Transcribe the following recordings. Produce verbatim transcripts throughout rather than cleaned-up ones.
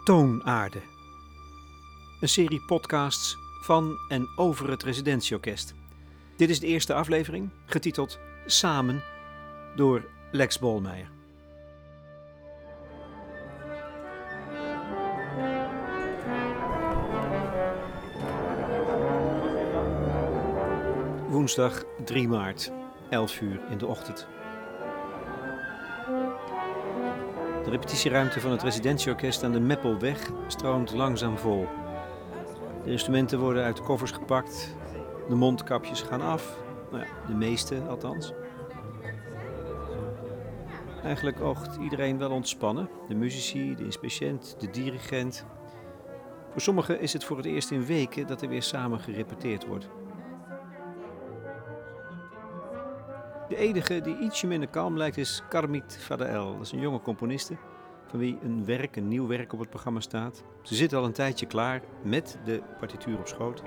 Toonaarde. Een serie podcasts van en over het Residentieorkest. Dit is de eerste aflevering, getiteld Samen, door Lex Bolmeijer. Woensdag drie maart, elf uur in de ochtend. De repetitieruimte van het Residentieorkest aan de Meppelweg stroomt langzaam vol. De instrumenten worden uit de koffers gepakt, de mondkapjes gaan af, nou ja, de meeste althans. Eigenlijk oogt iedereen wel ontspannen, de muzici, de inspiciënt, de dirigent. Voor sommigen is het voor het eerst in weken dat er weer samen gerepeteerd wordt. De enige die ietsje minder kalm lijkt is Karmit Fadael. Dat is een jonge componiste van wie een werk, een nieuw werk op het programma staat. Ze zit al een tijdje klaar met de partituur op schoot.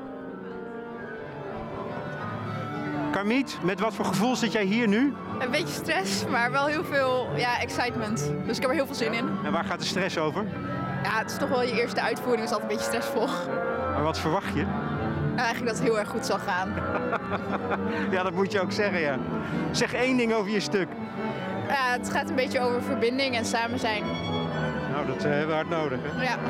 Karmit, met wat voor gevoel zit jij hier nu? Een beetje stress, maar wel heel veel ja, excitement. Dus ik heb er heel veel zin in. En waar gaat de stress over? Ja, het is toch wel je eerste uitvoering, dus altijd een beetje stressvol. Maar wat verwacht je? Ja, eigenlijk dat het heel erg goed zal gaan. Ja, dat moet je ook zeggen, ja. Zeg één ding over je stuk. Ja, het gaat een beetje over verbinding en samen zijn. Nou, dat uh, hebben we hard nodig, hè? Ja.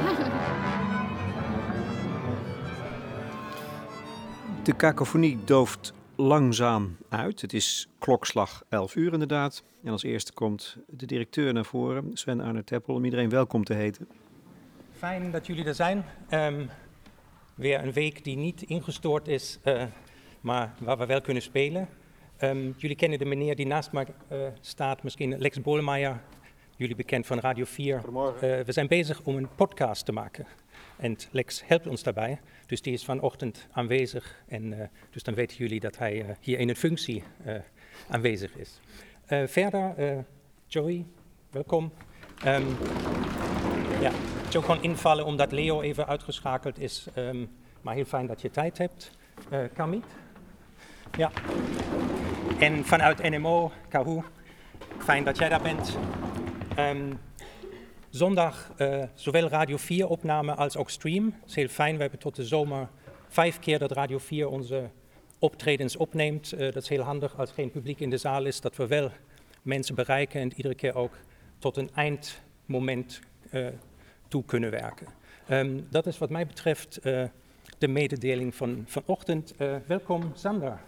De kakofonie dooft langzaam uit. Het is klokslag elf uur inderdaad. En als eerste komt de directeur naar voren, Sven Arne Teppel, om iedereen welkom te heten. Fijn dat jullie er zijn. Um, weer een week die niet ingestoord is, uh, maar waar we wel kunnen spelen. Um, jullie kennen de meneer die naast mij uh, staat, misschien Lex Bolmeijer. Jullie bekend van Radio vier. Goedemorgen. Uh, we zijn bezig om een podcast te maken. En Lex helpt ons daarbij. Dus die is vanochtend aanwezig. En uh, dus dan weten jullie dat hij uh, hier in een functie uh, aanwezig is. Uh, verder, uh, Joey, welkom. Um, ja, Joe kon invallen omdat Leo even uitgeschakeld is. Um, maar heel fijn dat je tijd hebt. Uh, Karmit. Ja. En vanuit N M O, Kahoo, fijn dat jij daar bent. Um, zondag uh, zowel Radio vier opname als ook stream. Dat is heel fijn. We hebben tot de zomer vijf keer dat Radio vier onze optredens opneemt. Uh, dat is heel handig als geen publiek in de zaal is, dat we wel mensen bereiken en iedere keer ook tot een eindmoment uh, toe kunnen werken. Um, dat is wat mij betreft uh, de mededeling van vanochtend. Uh, welkom, Sander.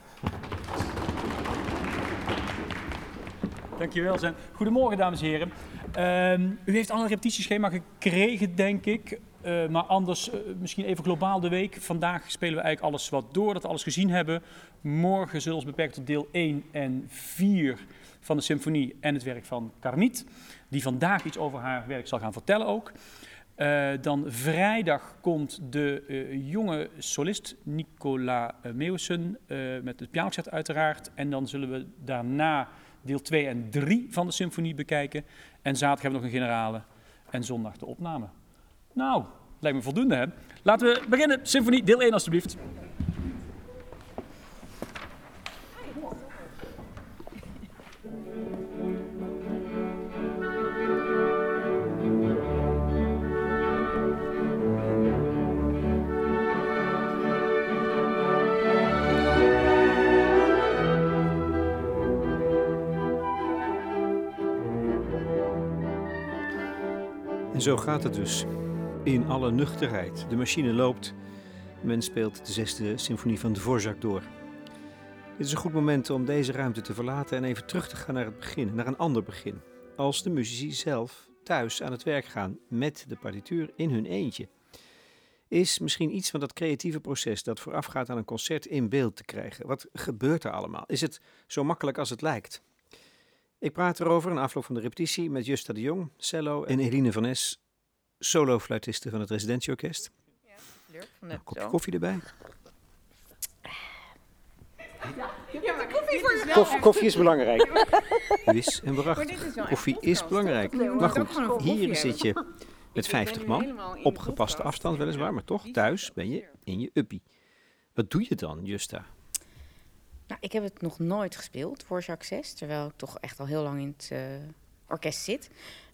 Dankjewel, Sven. Goedemorgen, dames en heren. Um, u heeft al een repetitieschema gekregen, denk ik. Uh, maar anders, uh, misschien even globaal de week. Vandaag spelen we eigenlijk alles wat door, dat we alles gezien hebben. Morgen zullen we ons beperken tot deel één en vier van de symfonie en het werk van Karmit. Die vandaag iets over haar werk zal gaan vertellen ook. Uh, dan vrijdag komt de uh, jonge solist Nicola uh, Meeuwissen uh, met het pianoconcert uiteraard. En dan zullen we daarna deel twee en drie van de symfonie bekijken. En zaterdag hebben we nog een generale en zondag de opname. Nou, lijkt me voldoende, hè? Laten we beginnen. Symfonie, deel één alstublieft. En zo gaat het dus. In alle nuchterheid. De machine loopt. Men speelt de zesde symfonie van Dvorak door. Dit is een goed moment om deze ruimte te verlaten en even terug te gaan naar het begin, naar een ander begin. Als de muzici zelf thuis aan het werk gaan met de partituur in hun eentje. Is misschien iets van dat creatieve proces dat voorafgaat aan een concert in beeld te krijgen. Wat gebeurt er allemaal? Is het zo makkelijk als het lijkt? Ik praat erover in afloop van de repetitie met Justa de Jong, cello, en Eline van Es, solo-fluitiste van het Residentieorkest. Ja, leuk. Nou, een kopje koffie erbij. Ja, maar koffie is wel Koff, koffie is belangrijk. Wis en waarachtig. Koffie is belangrijk. Maar goed, hier zit je met vijftig man, op gepaste afstand weliswaar, maar toch, thuis ben je in je uppie. Wat doe je dan, Justa? Nou, ik heb het nog nooit gespeeld, Dvorak zes, terwijl ik toch echt al heel lang in het uh, orkest zit.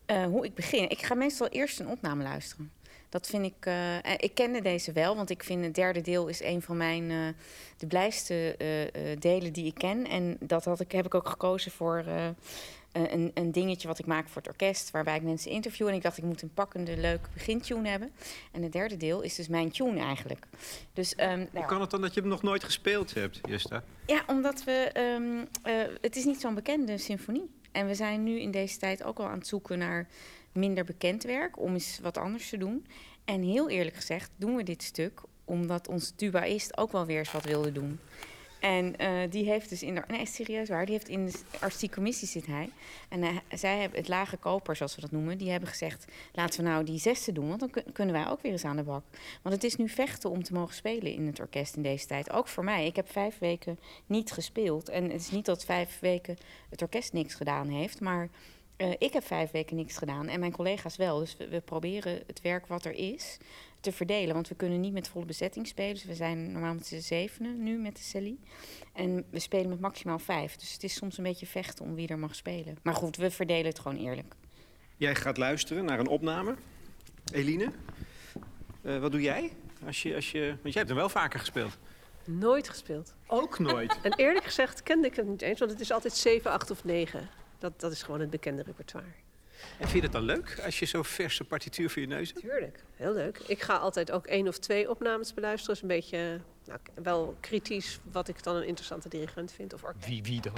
Uh, hoe ik begin? Ik ga meestal eerst een opname luisteren. Dat vind ik... Uh, ik kende deze wel, want ik vind het derde deel is een van mijn... Uh, de blijste uh, uh, delen die ik ken. En dat had ik, heb ik ook gekozen voor... Uh, Een, een dingetje wat ik maak voor het orkest, waarbij ik mensen interview. En ik dacht, ik moet een pakkende, leuke begintune hebben. En het derde deel is dus mijn tune eigenlijk. Dus, um, Hoe kan het dan dat je hem nog nooit gespeeld hebt, Justa? Ja, omdat we... Um, uh, het is niet zo'n bekende symfonie. En we zijn nu in deze tijd ook wel aan het zoeken naar minder bekend werk, om eens wat anders te doen. En heel eerlijk gezegd doen we dit stuk omdat onze tubaïst ook wel weer eens wat wilde doen. En uh, die heeft dus in de... Nee, serieus waar. Die heeft in de artistieke commissie zit hij. En uh, zij hebben het lage koper, zoals we dat noemen... die hebben gezegd, laten we nou die zesde doen... want dan kun, kunnen wij ook weer eens aan de bak. Want het is nu vechten om te mogen spelen in het orkest in deze tijd. Ook voor mij. Ik heb vijf weken niet gespeeld. En het is niet dat vijf weken het orkest niks gedaan heeft... maar uh, ik heb vijf weken niks gedaan en mijn collega's wel. Dus we, we proberen het werk wat er is... te verdelen, want we kunnen niet met volle bezetting spelen. Dus we zijn normaal met z'n zevenen nu met de Celie. En we spelen met maximaal vijf. Dus het is soms een beetje vechten om wie er mag spelen. Maar goed, we verdelen het gewoon eerlijk. Jij gaat luisteren naar een opname. Eline, uh, wat doe jij? Als je, als je, want jij hebt hem wel vaker gespeeld. Nooit gespeeld. Ook nooit? En eerlijk gezegd kende ik het niet eens, want het is altijd zeven, acht of negen. Dat, dat is gewoon het bekende repertoire. En vind je dat dan leuk, als je zo'n verse partituur voor je neus hebt? Tuurlijk, heel leuk. Ik ga altijd ook één of twee opnames beluisteren. Dus een beetje, nou, wel kritisch wat ik dan een interessante dirigent vind. Of orkest. Wie, wie dan?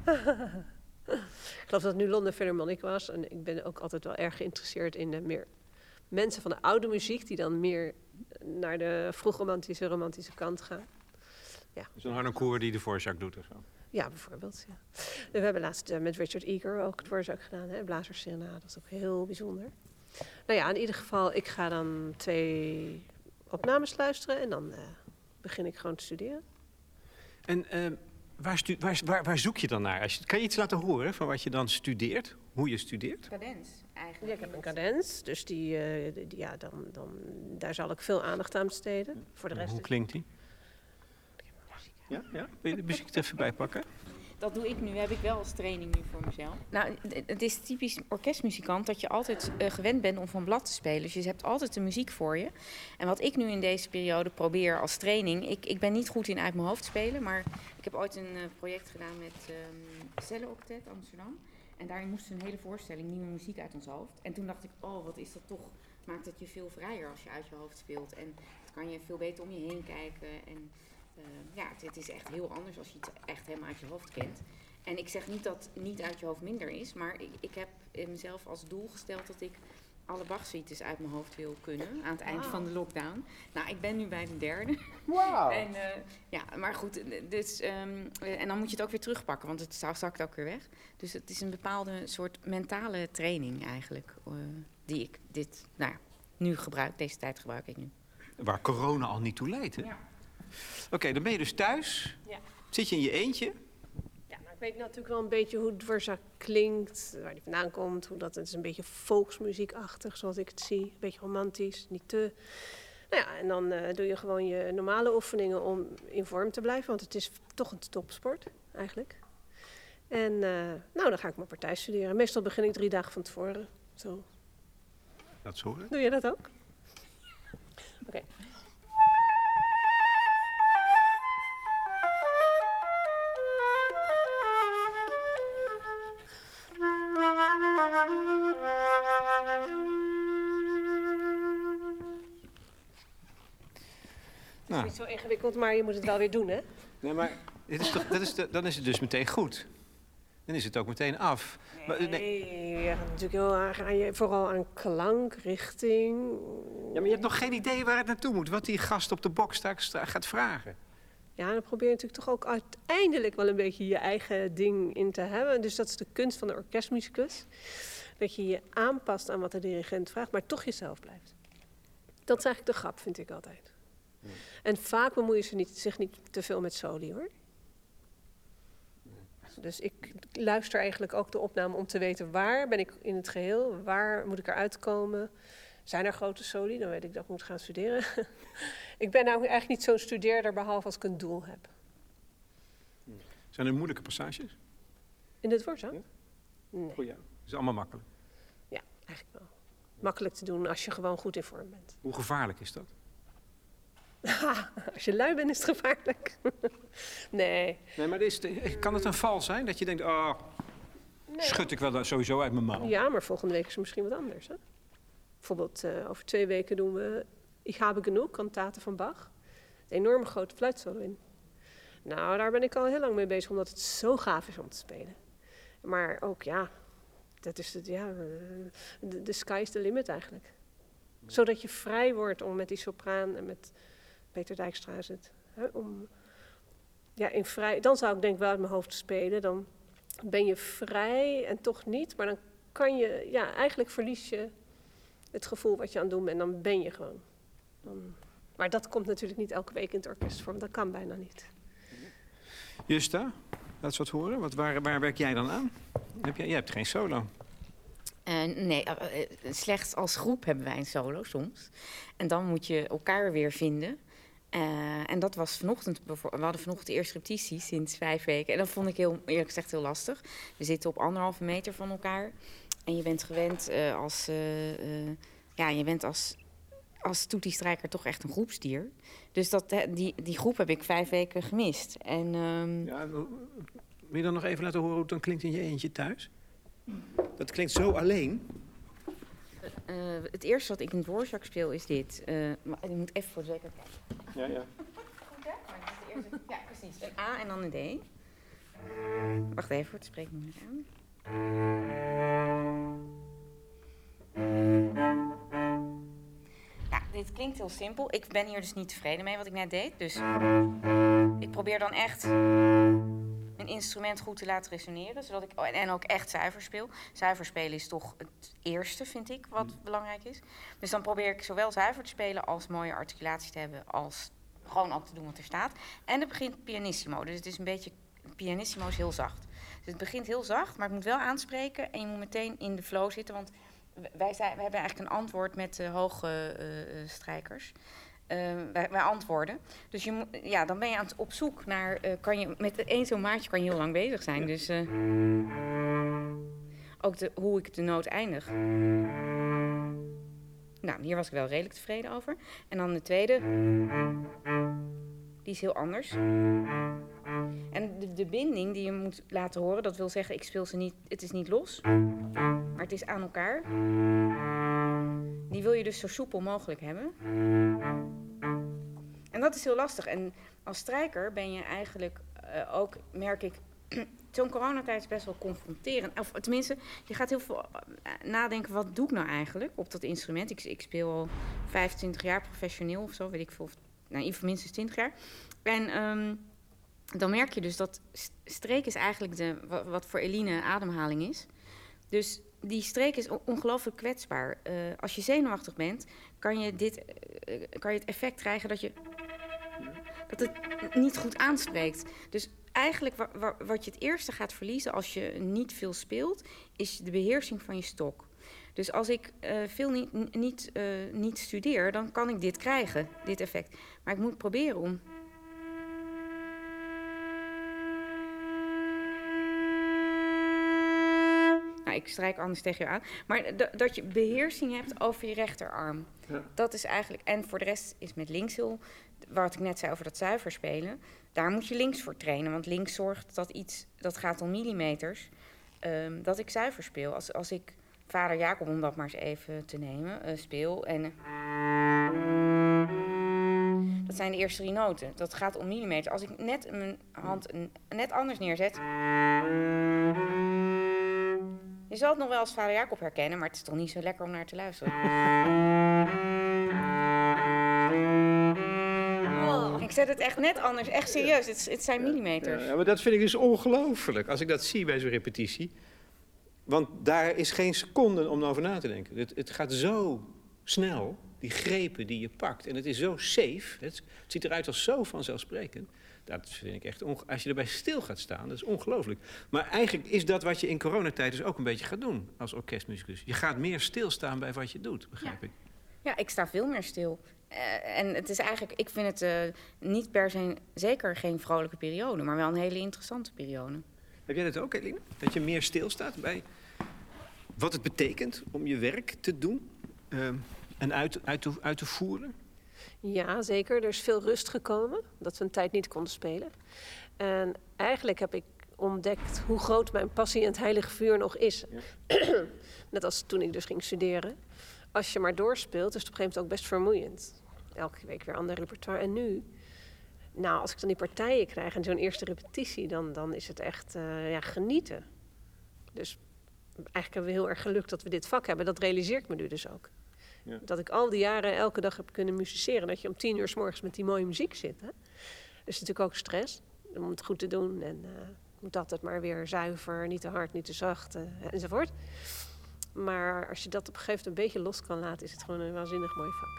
Ik geloof dat het nu London Philharmonic was. En ik ben ook altijd wel erg geïnteresseerd in de meer mensen van de oude muziek... die dan meer naar de vroegromantische, romantische kant gaan. Ja. Zo'n Harnoncourt die de Dvorak doet of zo? Ja, bijvoorbeeld. Ja. We hebben laatst uh, met Richard Eager ook het Dvorak gedaan, hè? Blazerserenade, dat is ook heel bijzonder. Nou ja, in ieder geval, ik ga dan twee opnames luisteren en dan uh, begin ik gewoon te studeren. En uh, waar, stu- waar, waar, waar zoek je dan naar? Als je, kan je iets laten horen van wat je dan studeert? Hoe je studeert? Cadens, eigenlijk. Ja, ik heb een cadens, dus die, uh, die, ja, dan, dan, daar zal ik veel aandacht aan besteden. Voor de rest Hoe is... klinkt die? Ja, ja? Wil je de muziek er even bij pakken? Dat doe ik nu, heb ik wel als training nu voor mezelf. Nou, het is typisch orkestmuzikant dat je altijd uh, gewend bent om van blad te spelen. Dus je hebt altijd de muziek voor je. En wat ik nu in deze periode probeer als training... Ik, ik ben niet goed in uit mijn hoofd spelen, maar ik heb ooit een uh, project gedaan met um, Celle Octet Amsterdam. En daarin moesten we een hele voorstelling, nieuwe muziek uit ons hoofd. En toen dacht ik, oh, wat is dat toch... maakt het je veel vrijer als je uit je hoofd speelt. En dan kan je veel beter om je heen kijken en... Uh, ja, het, het is echt heel anders als je het echt helemaal uit je hoofd kent. En ik zeg niet dat niet uit je hoofd minder is, maar ik, ik heb mezelf als doel gesteld dat ik alle Bach-suites uit mijn hoofd wil kunnen aan het eind wow. van de lockdown. Nou, ik ben nu bij de derde. Wauw! en, uh, ja, maar goed, dus, um, en dan moet je het ook weer terugpakken, want het zakt ook weer weg. Dus het is een bepaalde soort mentale training eigenlijk, uh, die ik dit, nou ja, nu gebruik, deze tijd gebruik ik nu. Waar corona al niet toe leidt, hè? Ja. Oké, okay, dan ben je dus thuis. Ja. Zit je in je eentje? Ja, nou, ik weet natuurlijk wel een beetje hoe Dvorak klinkt, waar die vandaan komt. Hoe dat, het is een beetje volksmuziekachtig, zoals ik het zie. Een beetje romantisch, niet te... Nou ja, en dan uh, doe je gewoon je normale oefeningen om in vorm te blijven. Want het is toch een topsport, eigenlijk. En uh, nou, dan ga ik mijn partij studeren. Meestal begin ik drie dagen van tevoren. Zo. Dat is horen. Doe je dat ook? Oké. Okay. Het is niet zo ingewikkeld, maar je moet het wel weer doen, hè? Nee, maar dit is toch, dat is de, dan is het dus meteen goed. Dan is het ook meteen af. Nee, maar, nee. Je gaat natuurlijk heel erg aan je, vooral aan klank, richting... Ja, maar je hebt nog geen idee waar het naartoe moet. Wat die gast op de box straks gaat vragen. Ja, dan probeer je natuurlijk toch ook uiteindelijk wel een beetje je eigen ding in te hebben. Dus dat is de kunst van de orkestmuzikus. Dat je je aanpast aan wat de dirigent vraagt, maar toch jezelf blijft. Dat is eigenlijk de grap, vind ik altijd. Ja. En vaak bemoeien ze niet, zich niet te veel met soli, hoor. Dus ik luister eigenlijk ook de opname om te weten waar ben ik in het geheel, waar moet ik eruit komen. Zijn er grote soli? Dan weet ik dat ik moet gaan studeren. Ik ben nou eigenlijk niet zo'n studeerder, behalve als ik een doel heb. Zijn er moeilijke passages? In dit woord, zo? Ja? Nee. Voor jou? Dat is allemaal makkelijk. Ja, Eigenlijk wel. Makkelijk te doen als je gewoon goed in vorm bent. Hoe gevaarlijk is dat? Als je lui bent, is het gevaarlijk. nee. Nee, maar is het, kan het een val zijn? Dat je denkt, oh, nee. schud ik wel sowieso uit mijn mouw. Ja, maar volgende week is het misschien wat anders. Hè? Bijvoorbeeld uh, over twee weken doen we Ich habe genug, kantate van Bach. Een enorme grote fluitsolo in. Nou, daar ben ik al heel lang mee bezig, omdat het zo gaaf is om te spelen. Maar ook, ja, dat is het, ja, de, de sky is the limit eigenlijk. Zodat je vrij wordt om met die sopraan en met Peter Dijkstra is het, hè, om, ja, in vrij, dan zou ik denk wel uit mijn hoofd spelen. Dan ben je vrij en toch niet, maar dan kan je, ja, eigenlijk verlies je het gevoel wat je aan het doen bent. Dan ben je gewoon. Dan, maar dat komt natuurlijk niet elke week in het orkest voor, want dat kan bijna niet. Justa, laat eens wat horen. Wat, waar, waar werk jij dan aan? Heb jij, jij hebt geen solo. Uh, nee, uh, uh, slechts als groep hebben wij een solo soms. En dan moet je elkaar weer vinden. Uh, en dat was vanochtend, we hadden vanochtend de eerste repetitie sinds vijf weken. En dat vond ik heel, eerlijk gezegd heel lastig. We zitten op anderhalve meter van elkaar. En je bent gewend uh, als, uh, uh, ja, je bent als, als toetiestrijker toch echt een groepsdier. Dus dat, die, die groep heb ik vijf weken gemist. En, um... ja, wil je dan nog even laten horen hoe het dan klinkt in je eentje thuis? Dat klinkt zo alleen. Uh, het eerste wat ik in het Dvorak speel is dit. Uh, maar je moet even voor zeker kijken. Ja, ja. Goed, hè? Maar het is de eerste, ja, precies. Een A en dan een D. Wacht even, het spreekt me aan. Ja, dit klinkt heel simpel. Ik ben hier dus niet tevreden mee wat ik net deed. Dus ik probeer dan echt een instrument goed te laten resoneren, zodat ik oh, en ook echt zuiver speel. Zuiver spelen is toch het eerste, vind ik, wat mm. belangrijk is. Dus dan probeer ik zowel zuiver te spelen als mooie articulatie te hebben, als gewoon ook te doen wat er staat. En het begint pianissimo, dus het is een beetje, pianissimo is heel zacht. Dus het begint heel zacht, maar het moet wel aanspreken en je moet meteen in de flow zitten, want wij, zijn, wij hebben eigenlijk een antwoord met uh, hoge uh, strijkers. Uh, wij, wij antwoorden. Dus je, ja, dan ben je aan het, op zoek naar... Uh, kan je, met één zo'n maatje kan je heel lang bezig zijn. Ja. Dus uh, ook de, hoe ik de noot eindig. Nou, hier was ik wel redelijk tevreden over. En dan de tweede. Die is heel anders. En de, de binding die je moet laten horen, dat wil zeggen, ik speel ze niet... Het is niet los, maar het is aan elkaar. Die wil je dus zo soepel mogelijk hebben. En dat is heel lastig. En als strijker ben je eigenlijk uh, ook, merk ik... Zo'n coronatijd is best wel confronterend. Of tenminste, je gaat heel veel nadenken, wat doe ik nou eigenlijk op dat instrument? Ik, ik speel al vijfentwintig jaar professioneel of zo, weet ik veel. Of, nou, in minstens twintig jaar. En um, dan merk je dus dat streek is eigenlijk de, wat, wat voor Eline ademhaling is. Dus die streek is ongelooflijk kwetsbaar. Uh, als je zenuwachtig bent, kan je, dit, uh, kan je het effect krijgen dat, je, dat het niet goed aanspreekt. Dus eigenlijk wa- wa- wat je het eerste gaat verliezen als je niet veel speelt, is de beheersing van je stok. Dus als ik uh, veel niet, niet, uh, niet studeer, dan kan ik dit krijgen, dit effect. Maar ik moet proberen om... Nou, ik strijk anders tegen je aan. Maar d- dat je beheersing hebt over je rechterarm. Ja. Dat is eigenlijk... En voor de rest is met links heel... Wat ik net zei over dat zuiver spelen. Daar moet je links voor trainen. Want links zorgt dat iets... Dat gaat om millimeters. Um, dat ik zuiver speel. Als, als ik vader Jacob, om dat maar eens even te nemen, uh, speel. En... Uh, dat zijn de eerste drie noten. Dat gaat om millimeters. Als ik net mijn hand een, net anders neerzet... Je zal het nog wel als vader Jacob herkennen, maar het is toch niet zo lekker om naar te luisteren. Oh. Ik zet het echt net anders, echt serieus. Het, het zijn millimeters. Ja, maar dat vind ik dus ongelooflijk, als ik dat zie bij zo'n repetitie. Want daar is geen seconde om over na te denken. Het, het gaat zo snel, die grepen die je pakt. En het is zo safe. Het, het ziet eruit als zo vanzelfsprekend. Dat vind ik echt, onge- als je erbij stil gaat staan, dat is ongelooflijk. Maar eigenlijk is dat wat je in coronatijd dus ook een beetje gaat doen als orkestmuzikus. Je gaat meer stilstaan bij wat je doet, begrijp ja. ik. Ja, ik sta veel meer stil. Uh, en het is eigenlijk, ik vind het uh, niet per se, zeker geen vrolijke periode, maar wel een hele interessante periode. Heb jij dat ook, Eline? Dat je meer stilstaat bij... wat het betekent om je werk te doen uh, en uit, uit, te, uit te voeren? Ja, zeker. Er is veel rust gekomen, dat we een tijd niet konden spelen. En eigenlijk heb ik ontdekt hoe groot mijn passie in het heilige vuur nog is. Ja. Net als toen ik dus ging studeren. Als je maar doorspeelt, is het op een gegeven moment ook best vermoeiend. Elke week weer ander repertoire. En nu, nou, als ik dan die partijen krijg en zo'n eerste repetitie, dan, dan is het echt uh, ja, genieten. Dus eigenlijk hebben we heel erg geluk dat we dit vak hebben. Dat realiseer ik me nu dus ook. Ja. Dat ik al die jaren elke dag heb kunnen musiceren. Dat je om tien uur 's morgens met die mooie muziek zit. Hè? Dus natuurlijk ook stress om het goed te doen. En uh, moet altijd maar weer zuiver, niet te hard, niet te zacht uh, enzovoort. Maar als je dat op een gegeven moment een beetje los kan laten, is het gewoon een waanzinnig mooi vak.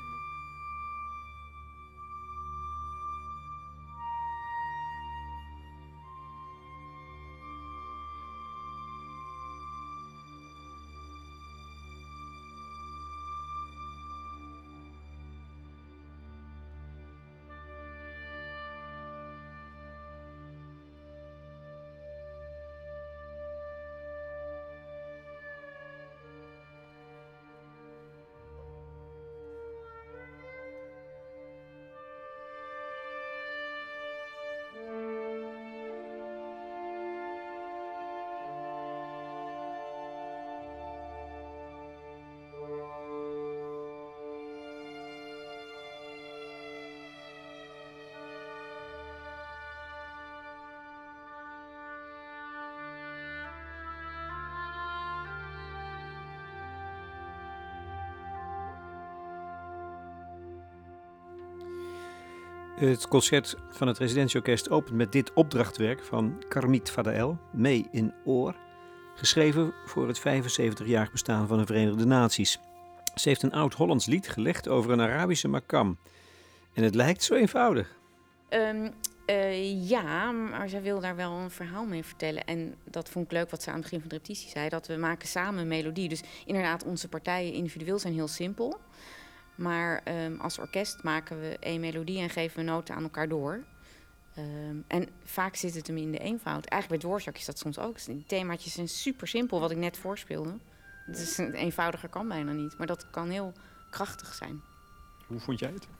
Het concert van het Residentieorkest opent met dit opdrachtwerk van Karmit Fadael, Mee in Oor, geschreven voor het vijfenzeventigjarig bestaan van de Verenigde Naties. Ze heeft een oud-Hollands lied gelegd over een Arabische makam. En het lijkt zo eenvoudig. Um, uh, ja, maar zij wil daar wel een verhaal mee vertellen. En dat vond ik leuk wat ze aan het begin van de repetitie zei, dat we maken samen een melodie. Dus inderdaad, onze partijen individueel zijn heel simpel. Maar um, als orkest maken we één melodie en geven we noten aan elkaar door. Um, en vaak zit het hem in de eenvoud. Eigenlijk bij Dvorak is dat soms ook. Die themaatjes zijn super simpel, wat ik net voorspeelde. Het is een eenvoudiger kan bijna niet, maar dat kan heel krachtig zijn. Hoe vond jij het?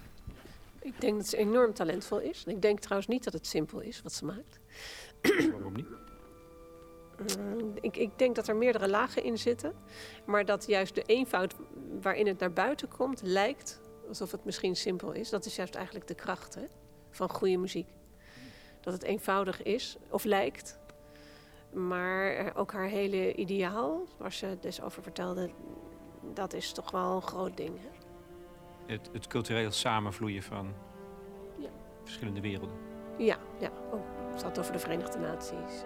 Ik denk dat ze enorm talentvol is. Ik denk trouwens niet dat het simpel is wat ze maakt. Waarom niet? Uh, ik, ik denk dat er meerdere lagen in zitten. Maar dat juist de eenvoud waarin het naar buiten komt, lijkt alsof het misschien simpel is. Dat is juist eigenlijk de kracht, hè, van goede muziek. Dat het eenvoudig is, of lijkt. Maar ook haar hele ideaal, waar ze dus over vertelde, dat is toch wel een groot ding. Hè? Het, het cultureel samenvloeien van ja. verschillende werelden. Ja, ja. Oh, het gaat over de Verenigde Naties.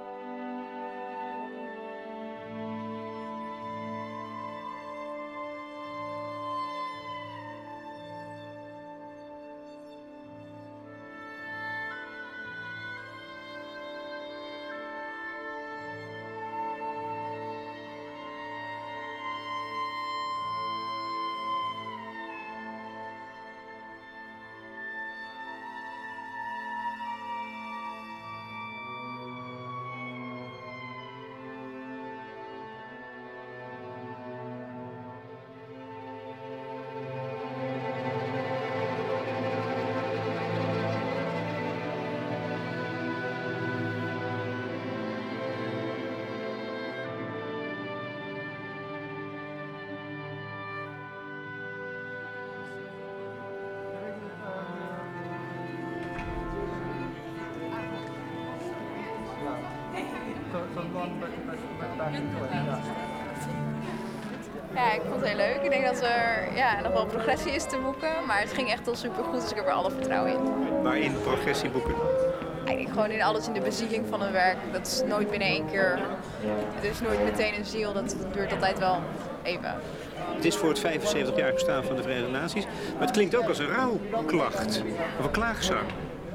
Ja, ik vond het heel leuk. Ik denk dat er ja, nog wel progressie is te boeken, maar het ging echt al super goed, dus ik heb er alle vertrouwen in. Waarin progressie boeken? Ik denk gewoon in alles, in de bezieling van een werk. Dat is nooit binnen één keer. Het is nooit meteen een ziel, dat duurt altijd wel even. Het is voor het vijfenzeventigjarig bestaan van de Verenigde Naties, maar het klinkt ook als een rouwklacht of een klaagzang.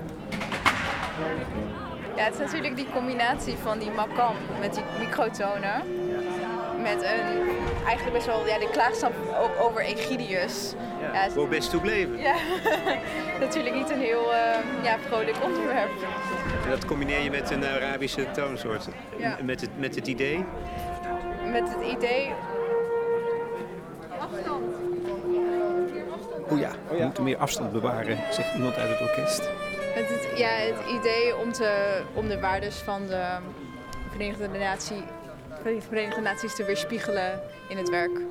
Ja, het is natuurlijk die combinatie van die makam met die microtonen. Met een, eigenlijk best wel, ja, de klaagzang over Egidius. Ja, ja, voor best toe bleven. Ja, natuurlijk niet een heel uh, ja, vrolijk onderwerp. En dat combineer je met een Arabische toonsoort. Ja. Met, het, met het idee? met het idee... O ja, we moeten meer afstand bewaren, zegt iemand uit het orkest. Met het, ja, het idee om, te, om de waardes van de Verenigde, Natie, Verenigde Naties te weerspiegelen in het werk.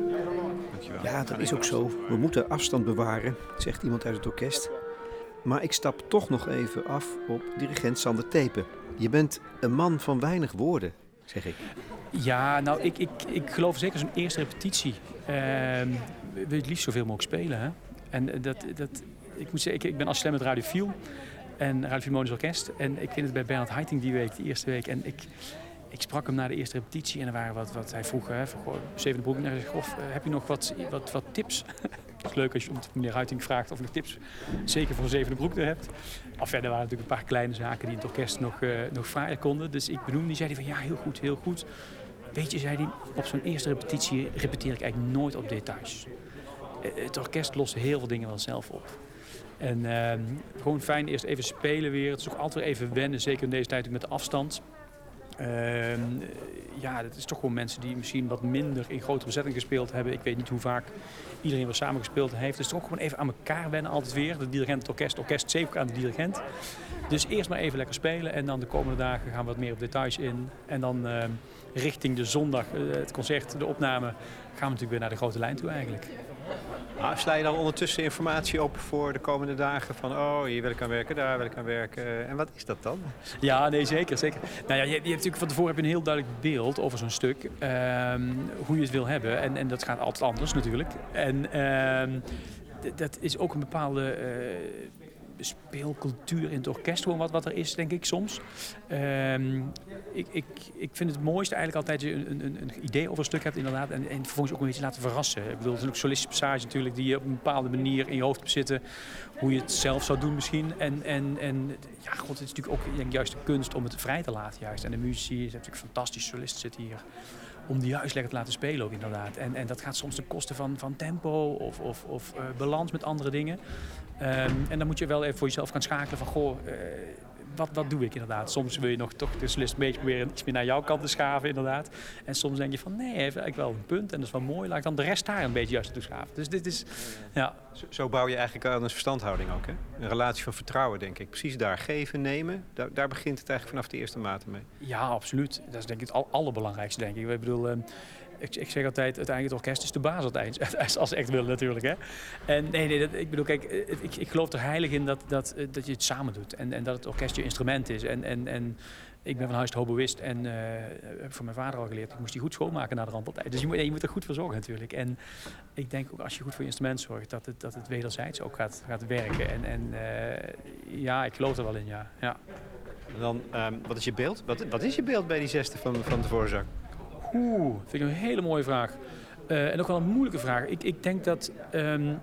Ja, dat is ook zo. We moeten afstand bewaren, zegt iemand uit het orkest. Maar ik stap toch nog even af op dirigent Sander Tepe. Je bent een man van weinig woorden, zeg ik. Ja, nou, ik, ik, ik geloof zeker zo'n eerste repetitie. Uh, wil je het liefst zoveel mogelijk spelen, hè? En dat, dat, ik moet zeggen, ik, ik ben assistent met Radio Viel en Radio Philharmonisch Orkest. En ik vind het bij Bernhard Haitink die week, die eerste week. En ik, ik sprak hem na de eerste repetitie en er waren wat, wat hij vroeg, hè, voor Zevende Broek. En hij zei, of, uh, heb je nog wat, wat, wat tips? Het is leuk als je meneer Haitink vraagt of je nog tips, zeker voor Zevende Broek er hebt. Of verder waren natuurlijk een paar kleine zaken die in het orkest nog, uh, nog fraaier konden. Dus ik benoemde, die zei hij van ja, heel goed, heel goed. Weet je, zei hij, op zo'n eerste repetitie repeteer ik eigenlijk nooit op details. Het orkest lost heel veel dingen wel zelf op. En uh, gewoon fijn eerst even spelen weer. Het is ook altijd weer even wennen, zeker in deze tijd met de afstand. Uh, ja, dat is toch gewoon mensen die misschien wat minder in grote bezetting gespeeld hebben. Ik weet niet hoe vaak iedereen wel samen gespeeld heeft. Dus toch gewoon even aan elkaar wennen altijd weer. De dirigent, het orkest, het orkest zeker ook aan de dirigent. Dus eerst maar even lekker spelen en dan de komende dagen gaan we wat meer op details in. En dan uh, richting de zondag, uh, het concert, de opname, gaan we natuurlijk weer naar de grote lijn toe eigenlijk. Ah, sla je dan ondertussen informatie op voor de komende dagen van oh, hier wil ik aan werken, daar wil ik aan werken. En wat is dat dan? Ja, nee, zeker. zeker. Nou ja, je, je hebt natuurlijk van tevoren heb je een heel duidelijk beeld over zo'n stuk. Uh, hoe je het wil hebben. En, en dat gaat altijd anders natuurlijk. En uh, d- dat is ook een bepaalde uh, speelcultuur in het orkest, gewoon wat, wat er is, denk ik soms. Uh, ik, ik, ik vind het mooiste eigenlijk altijd dat je een, een, een idee over een stuk hebt inderdaad. En, en vervolgens ook een beetje laten verrassen. Ik bedoel, er zijn ook solistische passages natuurlijk die je op een bepaalde manier in je hoofd hebt zitten. Hoe je het zelf zou doen misschien. En, en, en ja, god, het is natuurlijk ook denk, juist de kunst om het vrij te laten juist. En de muzici, er zijn natuurlijk fantastische solisten zitten hier. Om die juist lekker te laten spelen ook inderdaad. En, en dat gaat soms ten koste van, van tempo of, of, of uh, balans met andere dingen. Um, en dan moet je wel even voor jezelf gaan schakelen van goh, uh, wat, wat doe ik inderdaad. Soms wil je nog toch de solist een beetje proberen iets meer naar jouw kant te schaven inderdaad. En soms denk je van nee, hij heeft eigenlijk wel een punt en dat is wel mooi. Laat ik dan de rest daar een beetje juist naartoe schaven. Dus dit is, ja. Zo, zo bouw je eigenlijk aan een verstandhouding ook, hè? Een relatie van vertrouwen, denk ik. Precies daar, geven, nemen. Daar, daar begint het eigenlijk vanaf de eerste mate mee. Ja, absoluut. Dat is denk ik het allerbelangrijkste, denk ik. Ik bedoel, um, ik, ik zeg altijd, uiteindelijk het orkest is de baas altijd. Als ze echt willen natuurlijk, hè. En nee, nee, dat, ik bedoel, kijk, ik, ik geloof er heilig in dat, dat, dat je het samen doet. En, en dat het orkest je instrument is. En, en, en ik ben van huis hoboïst en uh, heb van mijn vader al geleerd. Ik moest die goed schoonmaken na de rand altijd. Dus je moet, je moet er goed voor zorgen natuurlijk. En ik denk ook als je goed voor je instrument zorgt, dat het, dat het wederzijds ook gaat, gaat werken. En, en uh, ja, ik geloof er wel in, ja. ja. En dan, um, wat is je beeld? Wat, wat is je beeld bij die zesde van, van de Dvorak? Oeh, vind ik een hele mooie vraag. Uh, en ook wel een moeilijke vraag. Ik, ik denk dat um,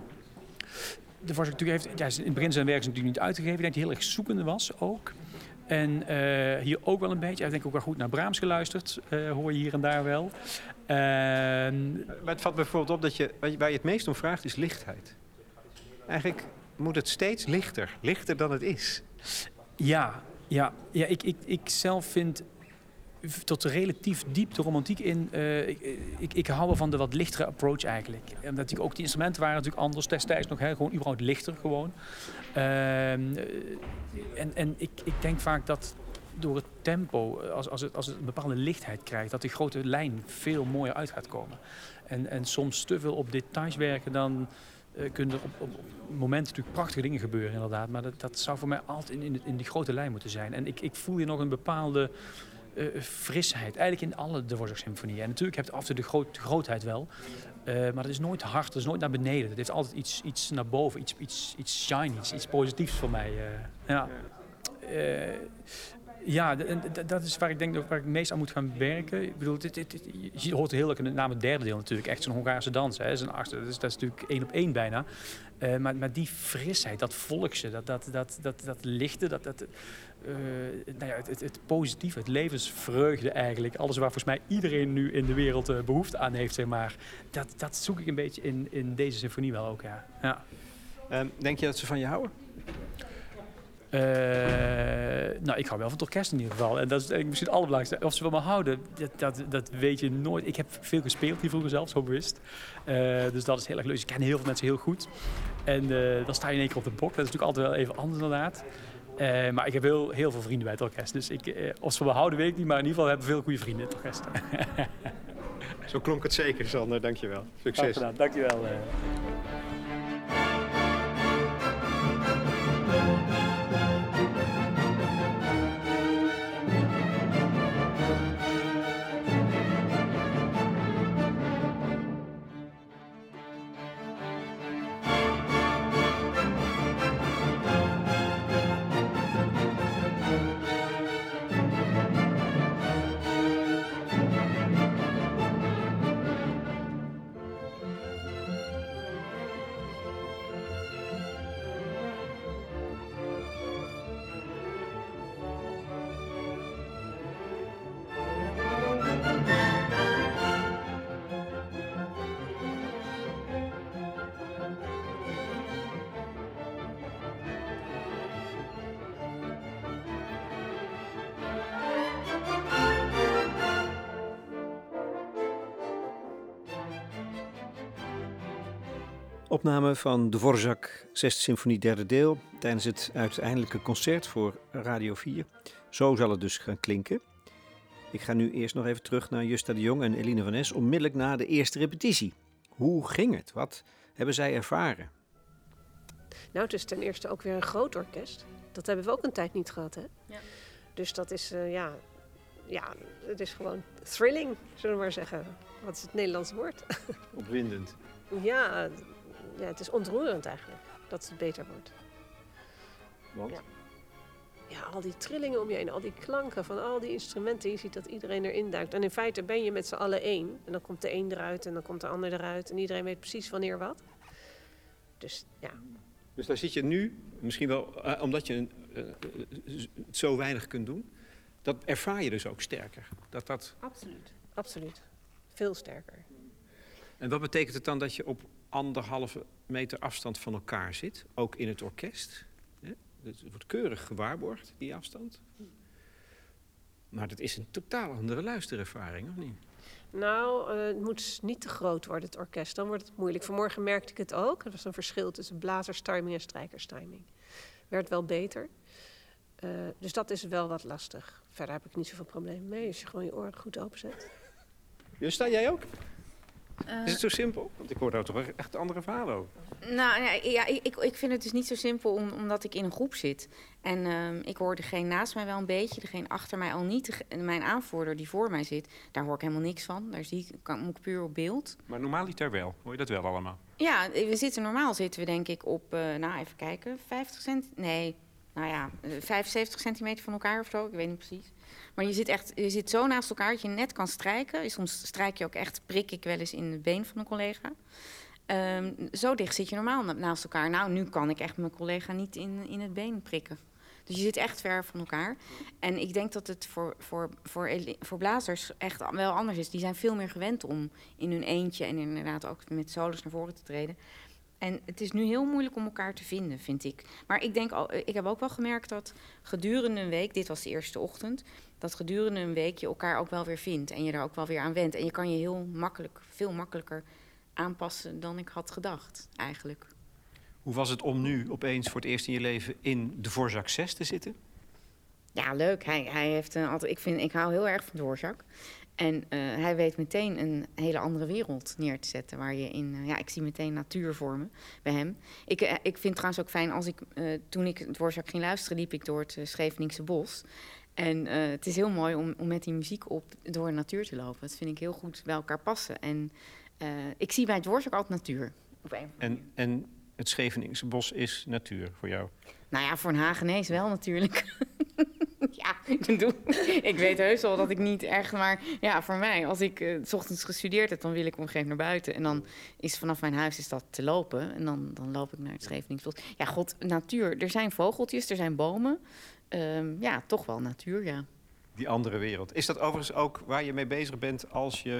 de Dvorak natuurlijk heeft, ja, in het begin zijn werk is natuurlijk niet uitgegeven. Ik denk dat hij heel erg zoekende was ook. En uh, hier ook wel een beetje. Hij heeft denk ik ook wel goed naar Brahms geluisterd. Uh, hoor je hier en daar wel. Uh, maar het valt bijvoorbeeld op dat je, waar je het meest om vraagt is lichtheid. Eigenlijk moet het steeds lichter. Lichter dan het is. Ja, ja, ja ik, ik, ik zelf vind tot relatief diep de romantiek in. Uh, ik, ik, ik hou wel van de wat lichtere approach eigenlijk. Omdat die, ook die instrumenten waren natuurlijk anders destijds nog. Hè, gewoon überhaupt lichter gewoon. Uh, en en ik, ik denk vaak dat door het tempo, als, als, het, als het een bepaalde lichtheid krijgt, dat die grote lijn veel mooier uit gaat komen. En, en soms te veel op details werken, dan uh, kunnen er op, op, op momenten natuurlijk prachtige dingen gebeuren inderdaad. Maar dat, dat zou voor mij altijd in, in, in die grote lijn moeten zijn. En ik, ik voel hier nog een bepaalde Uh, frisheid. Eigenlijk in alle Dvorak-symfonieën. En natuurlijk heb je af en toe de, groot, de grootheid wel. Uh, maar dat is nooit hard, dat is nooit naar beneden. Dat heeft altijd iets, iets naar boven, iets, iets, iets shiny, iets, iets positiefs voor mij. Uh, ja, uh, ja d- d- dat is waar ik denk waar ik het meest aan moet gaan werken. Ik bedoel, dit, dit, dit, je hoort heel erg, met name het derde deel natuurlijk, echt zo'n Hongaarse dans. Hè, zo'n achtste, dat is, dat is natuurlijk één op één bijna. Uh, maar, maar die frisheid, dat volkse, dat, dat, dat, dat, dat lichte, dat, dat, uh, nou ja, het, het, het positieve, het levensvreugde eigenlijk. Alles waar volgens mij iedereen nu in de wereld uh, behoefte aan heeft, zeg maar. Dat, dat zoek ik een beetje in, in deze symfonie wel ook, ja. ja. Um, denk je dat ze van je houden? Uh, nou, ik hou wel van het orkest in ieder geval. En dat is eigenlijk misschien het allerbelangrijkste. Of ze van me houden, dat, dat, dat weet je nooit. Ik heb veel gespeeld hier vroeger zelf, zo bewust. Uh, dus dat is heel erg leuk. Ik ken heel veel mensen heel goed. En uh, dan sta je in één keer op de bok. Dat is natuurlijk altijd wel even anders inderdaad. Uh, maar ik heb heel, heel veel vrienden bij het orkest. Dus ik, uh, of ze van me houden, weet ik niet. Maar in ieder geval hebben we veel goede vrienden in het orkest. Zo klonk het zeker, Sander. Dankjewel. Succes. Gedaan. Dankjewel. Uh. Opname van Dvorak, Zesde Symfonie, derde deel, tijdens het uiteindelijke concert voor Radio vier. Zo zal het dus gaan klinken. Ik ga nu eerst nog even terug naar Justa de Jong en Eline van Es, onmiddellijk na de eerste repetitie. Hoe ging het? Wat hebben zij ervaren? Nou, het is ten eerste ook weer een groot orkest. Dat hebben we ook een tijd niet gehad, hè? Ja. Dus dat is, uh, ja, ja, het is gewoon thrilling, zullen we maar zeggen. Wat is het Nederlandse woord? Opwindend. Ja, ja, het is ontroerend eigenlijk dat het beter wordt. Want? Ja. Ja, al die trillingen om je heen, al die klanken van al die instrumenten. Je ziet dat iedereen erin duikt. En in feite ben je met z'n allen één. En dan komt de een eruit en dan komt de ander eruit. En iedereen weet precies wanneer wat. Dus ja. Dus daar zit je nu, misschien wel uh, omdat je uh, uh, zo weinig kunt doen, dat ervaar je dus ook sterker. Dat dat... Absoluut. Absoluut. Veel sterker. En wat betekent het dan dat je op anderhalve meter afstand van elkaar zit, ook in het orkest? Het wordt keurig gewaarborgd, die afstand. Maar dat is een totaal andere luisterervaring, of niet? Nou, uh, het moet niet te groot worden, het orkest. Dan wordt het moeilijk. Vanmorgen merkte ik het ook. Er was een verschil tussen blazerstiming en strijkerstiming. Werd wel beter. Uh, dus dat is wel wat lastig. Verder heb ik niet zoveel problemen mee als je gewoon je oren goed openzet. Justa, jij ook? Uh, is het zo simpel? Want ik hoor daar toch echt andere verhalen over. Nou ja, ja ik, ik vind het dus niet zo simpel om, omdat ik in een groep zit. En uh, ik hoor degene naast mij wel een beetje, degene achter mij al niet. De, mijn aanvoerder die voor mij zit, daar hoor ik helemaal niks van. Daar zie ik, kan, moet ik puur op beeld. Maar normaaliter wel, hoor je dat wel allemaal? Ja, we zitten normaal zitten we denk ik op, uh, nou even kijken, vijftig cent, nee, nou ja, vijfenzeventig centimeter van elkaar of zo, ik weet niet precies. Maar je zit echt, je zit zo naast elkaar dat je net kan strijken. Soms strijk je ook echt, prik ik wel eens in het been van een collega. Um, zo dicht zit je normaal naast elkaar. Nou, nu kan ik echt mijn collega niet in, in het been prikken. Dus je zit echt ver van elkaar. En ik denk dat het voor, voor, voor, voor blazers echt wel anders is. Die zijn veel meer gewend om in hun eentje en inderdaad ook met solos naar voren te treden. En het is nu heel moeilijk om elkaar te vinden, vind ik. Maar ik denk, al, ik heb ook wel gemerkt dat gedurende een week, dit was de eerste ochtend, dat gedurende een week je elkaar ook wel weer vindt en je er ook wel weer aan went. En je kan je heel makkelijk, veel makkelijker aanpassen dan ik had gedacht, eigenlijk. Hoe was het om nu opeens voor het eerst in je leven in Dvorak zes te zitten? Ja, leuk. Hij, hij heeft een, altijd, ik, vind, ik hou heel erg van Dvorak. En uh, hij weet meteen een hele andere wereld neer te zetten. Waar je in, uh, ja, ik zie meteen natuur vormen bij hem. Ik, uh, ik vind het trouwens ook fijn, als ik, uh, toen ik Dvorak ging luisteren, liep ik door het uh, Scheveningse bos. En uh, het is heel mooi om, om met die muziek op door de natuur te lopen. Dat vind ik heel goed bij elkaar passen. En uh, ik zie bij Dvorak altijd natuur. Op een en, en het Scheveningse bos is natuur voor jou? Nou ja, voor een Hagenees wel natuurlijk. Ja, ik bedoel, ik weet heus wel dat ik niet echt, maar ja, voor mij, als ik uh, 's ochtends gestudeerd heb, dan wil ik op een gegeven moment naar buiten. En dan is vanaf mijn huis is dat te lopen. En dan, dan loop ik naar het Scheveningsbos. Ja, god, natuur. Er zijn vogeltjes, er zijn bomen. Um, ja, toch wel natuur, ja. Die andere wereld. Is dat overigens ook waar je mee bezig bent als je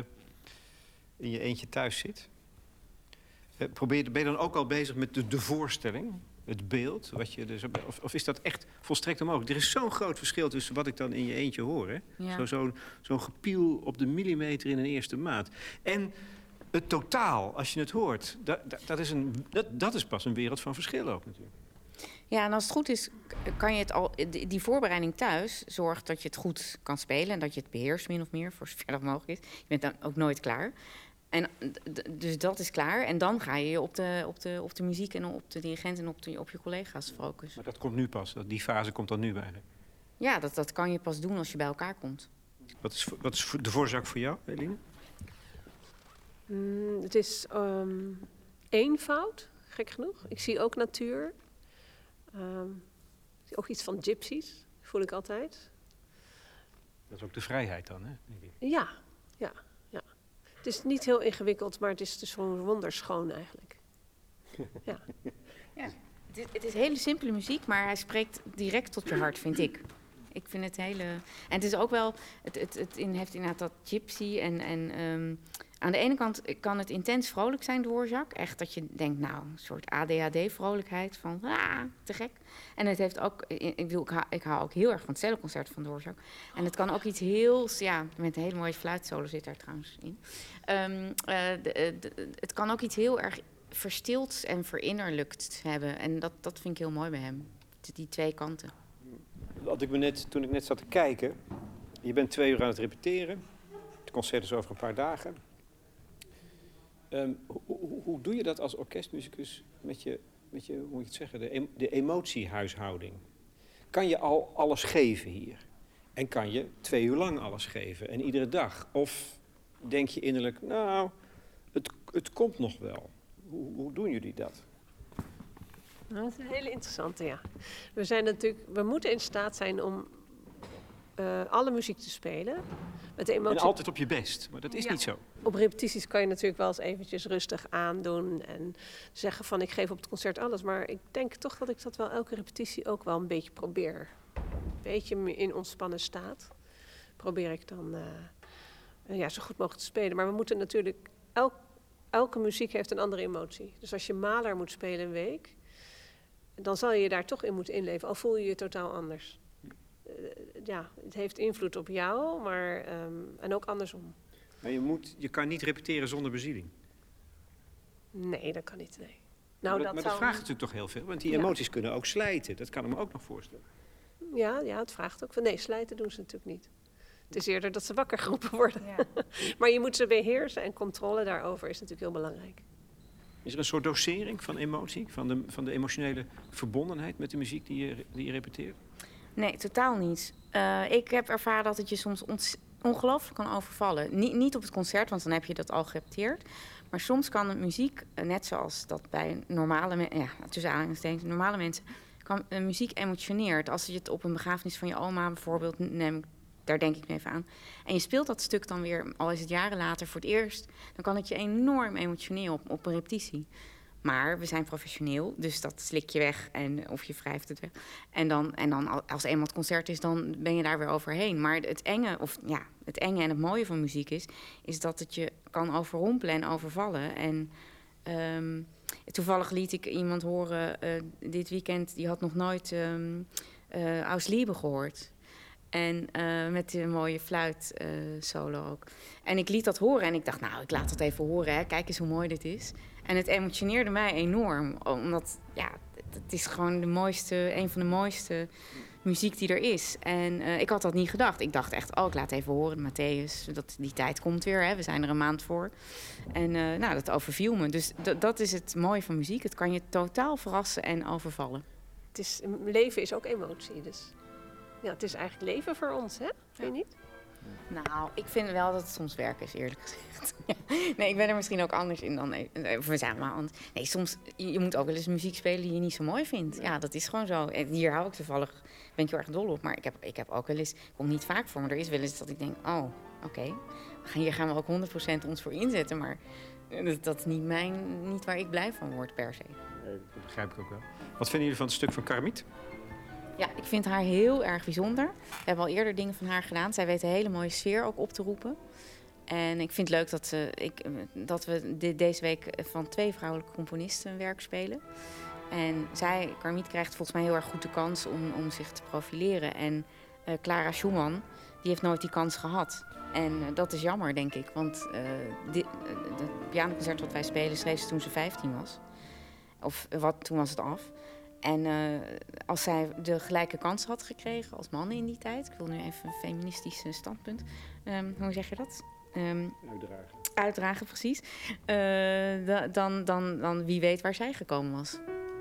in je eentje thuis zit? Uh, probeer, ben je dan ook al bezig met de, de voorstelling? het beeld? Wat je dus, of, of is dat echt volstrekt onmogelijk? Er is zo'n groot verschil tussen wat ik dan in je eentje hoor. Hè? Ja. Zo, zo'n, zo'n gepiel op de millimeter in een eerste maat. En het totaal, als je het hoort, dat, dat, dat, is, een, dat, dat is pas een wereld van verschil ook natuurlijk. Ja, en als het goed is, kan je het al. Die die voorbereiding thuis zorgt dat je het goed kan spelen en dat je het beheerst, min of meer, voor zover dat mogelijk is. Je bent dan ook nooit klaar. En d- dus dat is klaar. En dan ga je je op de, op de, op de muziek en op de dirigent en op, de, op je collega's focussen. Maar dat komt nu pas. Die fase komt dan nu bij. Ja, dat, dat kan je pas doen als je bij elkaar komt. Wat is, wat is de voorzak voor jou, Eline? Mm, het is um, eenvoud, gek genoeg. Ik zie ook natuur. Um, ik zie ook iets van gypsies, voel ik altijd. Dat is ook de vrijheid dan, hè? Denk ik. Ja, ja, ja. Het is niet heel ingewikkeld, maar het is dus gewoon wonderschoon eigenlijk. Ja. Ja. Het, is, het is hele simpele muziek, maar hij spreekt direct tot je hart, vind ik. Ik vind het hele... En het is ook wel... Het, het, het in- heeft inderdaad dat gypsy en... en um, aan de ene kant kan het intens vrolijk zijn, Dvorak. Echt dat je denkt, nou, een soort A D H D-vrolijkheid van, ah, te gek. En het heeft ook, ik bedoel, ik hou, ik hou ook heel erg van het celloconcert van Dvorak. En het kan ook iets heel, ja, met een hele mooie fluitsolo zit daar trouwens in. Um, uh, de, de, het kan ook iets heel erg verstilds en verinnerlijkt hebben. En dat, dat vind ik heel mooi bij hem, die twee kanten. Had ik me net, toen ik net zat te kijken, je bent twee uur aan het repeteren. Het concert is over een paar dagen. Um, hoe, hoe, hoe doe je dat als orkestmuzikus met je, met je hoe moet je het zeggen, de, em, de emotiehuishouding? Kan je al alles geven hier? En kan je twee uur lang alles geven en iedere dag? Of denk je innerlijk, nou, het, het komt nog wel. Hoe, hoe doen jullie dat? Nou, dat is een hele interessante, ja. We zijn natuurlijk, we moeten in staat zijn om uh, alle muziek te spelen. Met de emotie... En altijd op je best, maar dat is Ja. niet zo. Op repetities kan je natuurlijk wel eens eventjes rustig aandoen en zeggen van ik geef op het concert alles. Maar ik denk toch dat ik dat wel elke repetitie ook wel een beetje probeer. Een beetje in ontspannen staat probeer ik dan uh, ja, zo goed mogelijk te spelen. Maar we moeten natuurlijk, elk, elke muziek heeft een andere emotie. Dus als je Mahler moet spelen een week, dan zal je je daar toch in moeten inleven, al voel je je totaal anders. Uh, ja, het heeft invloed op jou, maar um, en ook andersom. Maar je, moet, je kan niet repeteren zonder bezieling. Nee, dat kan niet, nee. Nou, Nou, maar dat, dat maar zou... dat vraagt natuurlijk toch heel veel, want die Ja. emoties kunnen ook slijten. Dat kan ik me ook nog voorstellen. Ja, ja, het vraagt ook van... Nee, slijten doen ze natuurlijk niet. Het is eerder dat ze wakker geroepen worden. Ja. Maar je moet ze beheersen en controle daarover is natuurlijk heel belangrijk. Is er een soort dosering van emotie, van de, van de emotionele verbondenheid met de muziek die je, die je repeteert? Nee, totaal niet. Uh, ik heb ervaren dat het je soms ont- ongelooflijk kan overvallen. Niet, niet op het concert, want dan heb je dat al gerepeteerd. Maar soms kan de muziek, uh, net zoals dat bij normale mensen, ja, tussen aanhalingstekens, normale mensen, kan uh, muziek emotioneert. Als je het op een begrafenis van je oma bijvoorbeeld neemt, daar denk ik nu even aan. En je speelt dat stuk dan weer, al is het jaren later, voor het eerst, dan kan het je enorm emotioneel op, op een repetitie. Maar we zijn professioneel, dus dat slik je weg en, of je wrijft het weg. En dan, en dan als eenmaal het concert is, dan ben je daar weer overheen. Maar het enge, of, ja, het enge en het mooie van muziek is, is dat het je kan overrompelen en overvallen. En um, toevallig liet ik iemand horen uh, dit weekend, die had nog nooit um, uh, Aus Liebe gehoord. En uh, met die mooie fluit uh, solo ook. En ik liet dat horen en ik dacht, nou, ik laat dat even horen. Hè. Kijk eens hoe mooi dit is. En het emotioneerde mij enorm. Omdat, ja, het is gewoon de mooiste, een van de mooiste muziek die er is. En uh, ik had dat niet gedacht. Ik dacht echt, oh, ik laat even horen, Matthäus. Dat, die tijd komt weer, hè. We zijn er een maand voor. En uh, nou, dat overviel me. Dus d- dat is het mooie van muziek. Het kan je totaal verrassen en overvallen. Het is, leven is ook emotie, dus... Ja, het is eigenlijk leven voor ons, hè? Vind je niet? Nou, ik vind wel dat het soms werk is, eerlijk gezegd. Ja. Nee, ik ben er misschien ook anders in dan... We zijn maar anders. Nee, soms... Je moet ook wel eens muziek spelen die je niet zo mooi vindt. Ja, dat is gewoon zo. En hier hou ik toevallig... Ben ik heel erg dol op. Maar ik heb, ik heb ook wel eens... Komt niet vaak voor, maar er is wel eens dat ik denk... Oh, oké. Okay, hier gaan we ook honderd procent ons voor inzetten. Maar dat, dat is niet, mijn, niet waar ik blij van word, per se. Nee, dat begrijp ik ook wel. Wat vinden jullie van het stuk van Karmiet? Ja, ik vind haar heel erg bijzonder. We hebben al eerder dingen van haar gedaan. Zij weet een hele mooie sfeer ook op te roepen. En ik vind het leuk dat, uh, ik, dat we de, deze week van twee vrouwelijke componisten een werk spelen. En zij, Carmiet, krijgt volgens mij heel erg goed de kans om, om zich te profileren. En uh, Clara Schumann, die heeft nooit die kans gehad. En uh, dat is jammer, denk ik. Want uh, dit, uh, het pianoconcert wat wij spelen schreef ze toen ze vijftien was. Of uh, wat, toen was het af. En uh, als zij de gelijke kans had gekregen als mannen in die tijd... Ik wil nu even een feministisch standpunt. Um, hoe zeg je dat? Um, Uitdragen. Uitdragen, precies. Uh, dan, dan, dan wie weet waar zij gekomen was.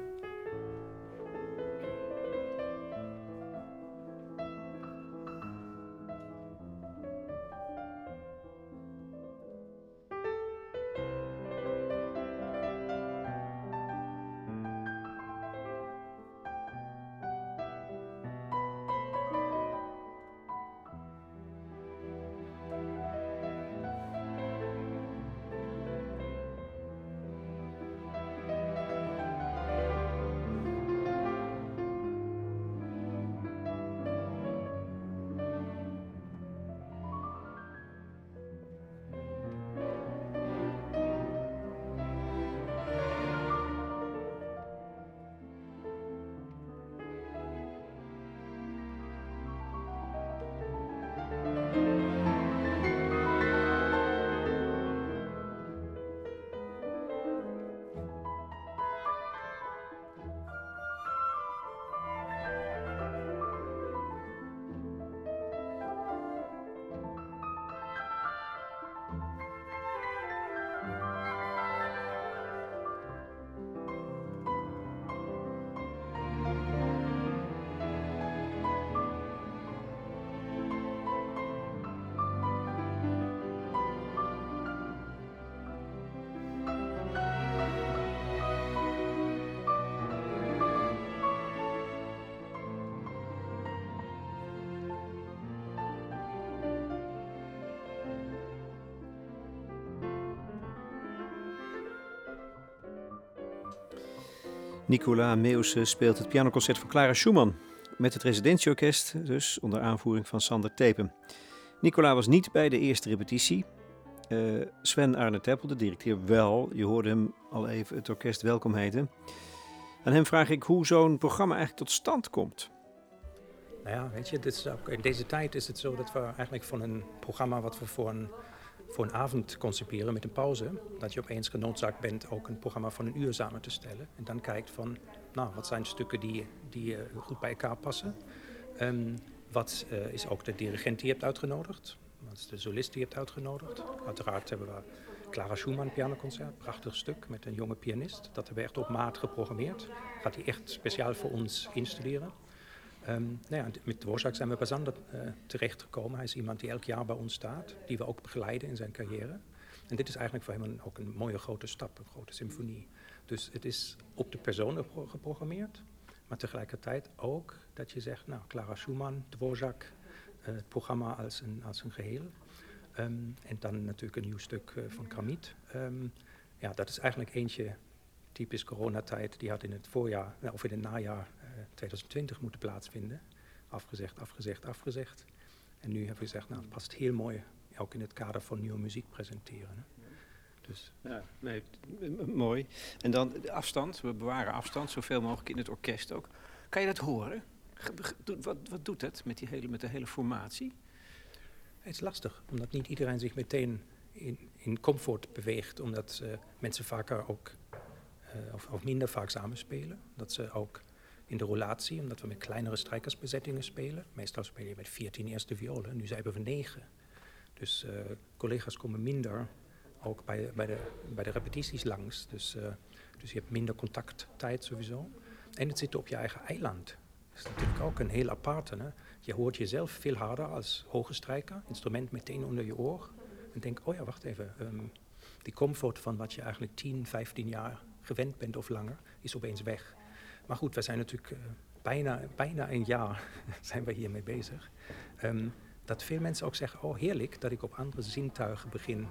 Nicola Meeuwse speelt het pianoconcert van Clara Schumann met het residentieorkest, dus onder aanvoering van Sander Tepen. Nicola was niet bij de eerste repetitie. Uh, Sven Arne Teppel, de directeur, wel. Je hoorde hem al even het orkest welkom heten. Aan hem vraag ik hoe zo'n programma eigenlijk tot stand komt. Nou ja, weet je, dit is ook, in deze tijd is het zo dat we eigenlijk van een programma wat we voor een, voor een avond conciperen met een pauze, dat je opeens genoodzaakt bent ook een programma van een uur samen te stellen. En dan kijkt van, nou, wat zijn stukken die, die uh, goed bij elkaar passen. Um, wat uh, is ook de dirigent die je hebt uitgenodigd? Wat is de solist die je hebt uitgenodigd? Uiteraard hebben we Clara Schumann pianoconcert, prachtig stuk met een jonge pianist. Dat hebben we echt op maat geprogrammeerd. Gaat hij echt speciaal voor ons instuderen. Um, nou ja, met Dvorak zijn we bij Sander uh, terechtgekomen. Hij is iemand die elk jaar bij ons staat, die we ook begeleiden in zijn carrière. En dit is eigenlijk voor hem een, ook een mooie grote stap, een grote symfonie. Dus het is op de persoon geprogrammeerd, maar tegelijkertijd ook dat je zegt, nou, Clara Schumann, Dvorak, uh, het programma als een, als een geheel. Um, en dan natuurlijk een nieuw stuk uh, van Carmiet. Um, ja, dat is eigenlijk eentje, typisch coronatijd, die had in het voorjaar, of in het najaar uh, twintig twintig moeten plaatsvinden. Afgezegd, afgezegd, afgezegd. En nu hebben we gezegd, nou, het past heel mooi, ook in het kader van nieuwe muziek presenteren. Hè. Dus. Ja, nee, mooi. En dan de afstand, we bewaren afstand, zoveel mogelijk in het orkest ook. Kan je dat horen? Wat, wat doet het met, die hele, met de hele formatie? Het is lastig, omdat niet iedereen zich meteen in, in comfort beweegt, omdat uh, mensen vaker ook, uh, of, of minder vaak samenspelen. Dat ze ook in de roulatie, omdat we met kleinere strijkersbezettingen spelen. Meestal speel je met veertien eerste violen, nu hebben we negen. Dus uh, collega's komen minder, ook bij, bij, de, bij de repetities langs. Dus, uh, dus je hebt minder contacttijd sowieso. En het zit op je eigen eiland. Dat is natuurlijk ook een heel aparte. Hè? Je hoort jezelf veel harder als hoge strijker, instrument meteen onder je oor. En denk, oh ja, wacht even, um, die comfort van wat je eigenlijk tien, vijftien jaar gewend bent of langer, is opeens weg. Maar goed, we zijn natuurlijk uh, bijna, bijna een jaar zijn we hiermee bezig. Um, dat veel mensen ook zeggen, oh heerlijk dat ik op andere zintuigen begin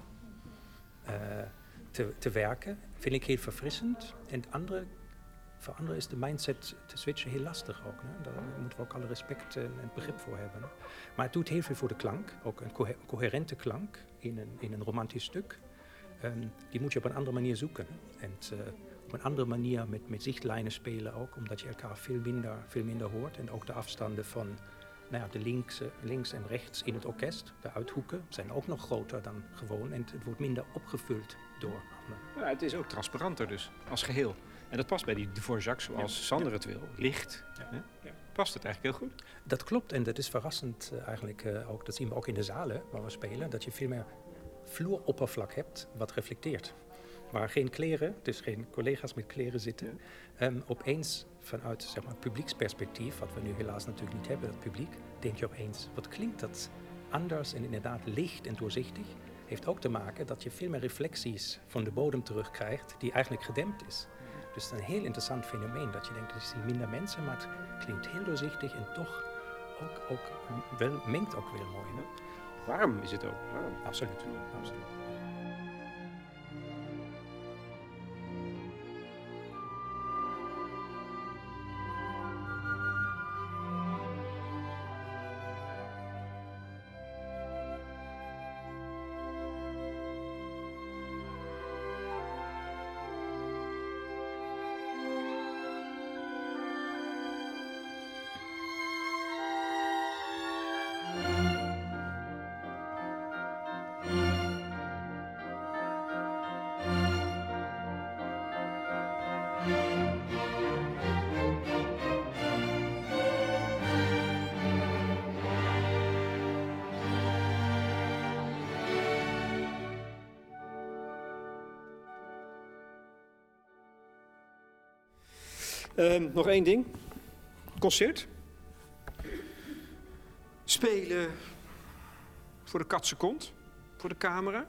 uh, te, te werken. Vind ik heel verfrissend. En het andere, voor anderen is de mindset te switchen heel lastig ook. Hè? Daar moeten we ook alle respect en begrip voor hebben. Hè? Maar het doet heel veel voor de klank. Ook een co- coherente klank in een, in een romantisch stuk. Um, die moet je op een andere manier zoeken. Hè? En uh, op een andere manier met, met zichtlijnen spelen ook, omdat je elkaar veel minder, veel minder hoort. En ook de afstanden van nou ja, de links, links en rechts in het orkest, de uithoeken, zijn ook nog groter dan gewoon. En het wordt minder opgevuld door anderen. Ja, het is ook transparanter dus, als geheel. En dat past bij die Dvorak zoals Ja. Sander het wil. Licht. Ja. Hè? Ja. Past het eigenlijk heel goed. Dat klopt en dat is verrassend uh, eigenlijk uh, ook. Dat zien we ook in de zalen waar we spelen. Dat je veel meer vloeroppervlak hebt wat reflecteert. Waar geen kleren, dus geen collega's met kleren zitten. Ja. Um, opeens vanuit zeg maar, publieksperspectief, wat we nu helaas natuurlijk niet hebben, dat publiek, denk je opeens, wat klinkt dat anders en inderdaad licht en doorzichtig. Heeft ook te maken dat je veel meer reflecties van de bodem terugkrijgt die eigenlijk gedempt is. Dus het is een heel interessant fenomeen dat je denkt, er zien minder mensen, maar het klinkt heel doorzichtig en toch ook, ook wel, mengt ook weer mooi. Hè? Warm is het ook. Warm. Absoluut, absoluut. Um, nog één ding. Concert. Spelen voor de katse kont. Voor de camera.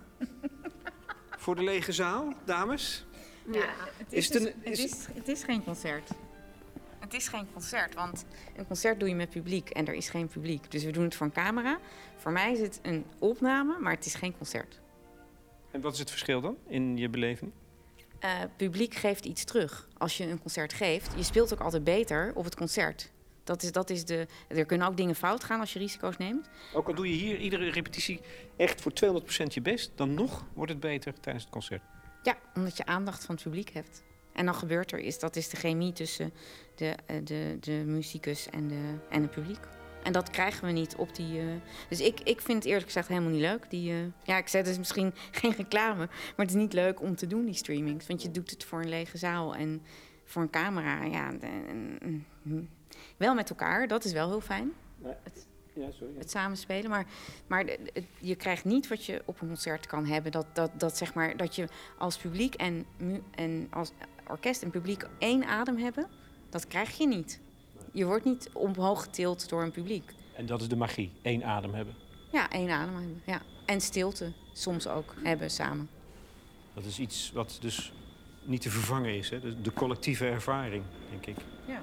Voor de lege zaal, dames. Ja, het is, Is het dus- een- het is- is, het is geen concert. Het is geen concert, want een concert doe je met publiek en er is geen publiek. Dus we doen het voor een camera. Voor mij is het een opname, maar het is geen concert. En wat is het verschil dan in je beleving? Uh, publiek geeft iets terug. Als je een concert geeft, je speelt ook altijd beter op het concert. Dat is, dat is de, er kunnen ook dingen fout gaan als je risico's neemt. Ook al doe je hier iedere repetitie echt voor tweehonderd procent je best, dan nog wordt het beter tijdens het concert. Ja, omdat je aandacht van het publiek hebt. En dan gebeurt er, is, dat is de chemie tussen de, uh, de, de muzikus en, de, en het publiek. En dat krijgen we niet op die... Uh... Dus ik, ik vind het eerlijk gezegd helemaal niet leuk. Die, uh... Ja, ik zeg dus misschien geen reclame, maar het is niet leuk om te doen, die streamings. Want je doet het voor een lege zaal en voor een camera. Ja, de, uh, wel met elkaar, dat is wel heel fijn. Nee. Het, ja, sorry, ja. het samenspelen, maar, maar de, de, je krijgt niet wat je op een concert kan hebben. Dat, dat, dat, zeg maar, dat je als publiek en, mu- en als orkest en publiek één adem hebben, dat krijg je niet. Je wordt niet omhoog getild door een publiek. En dat is de magie, één adem hebben. Ja, één adem hebben. Ja. En stilte soms ook hebben samen. Dat is iets wat dus niet te vervangen is, hè? De, de collectieve ervaring, denk ik. Ja.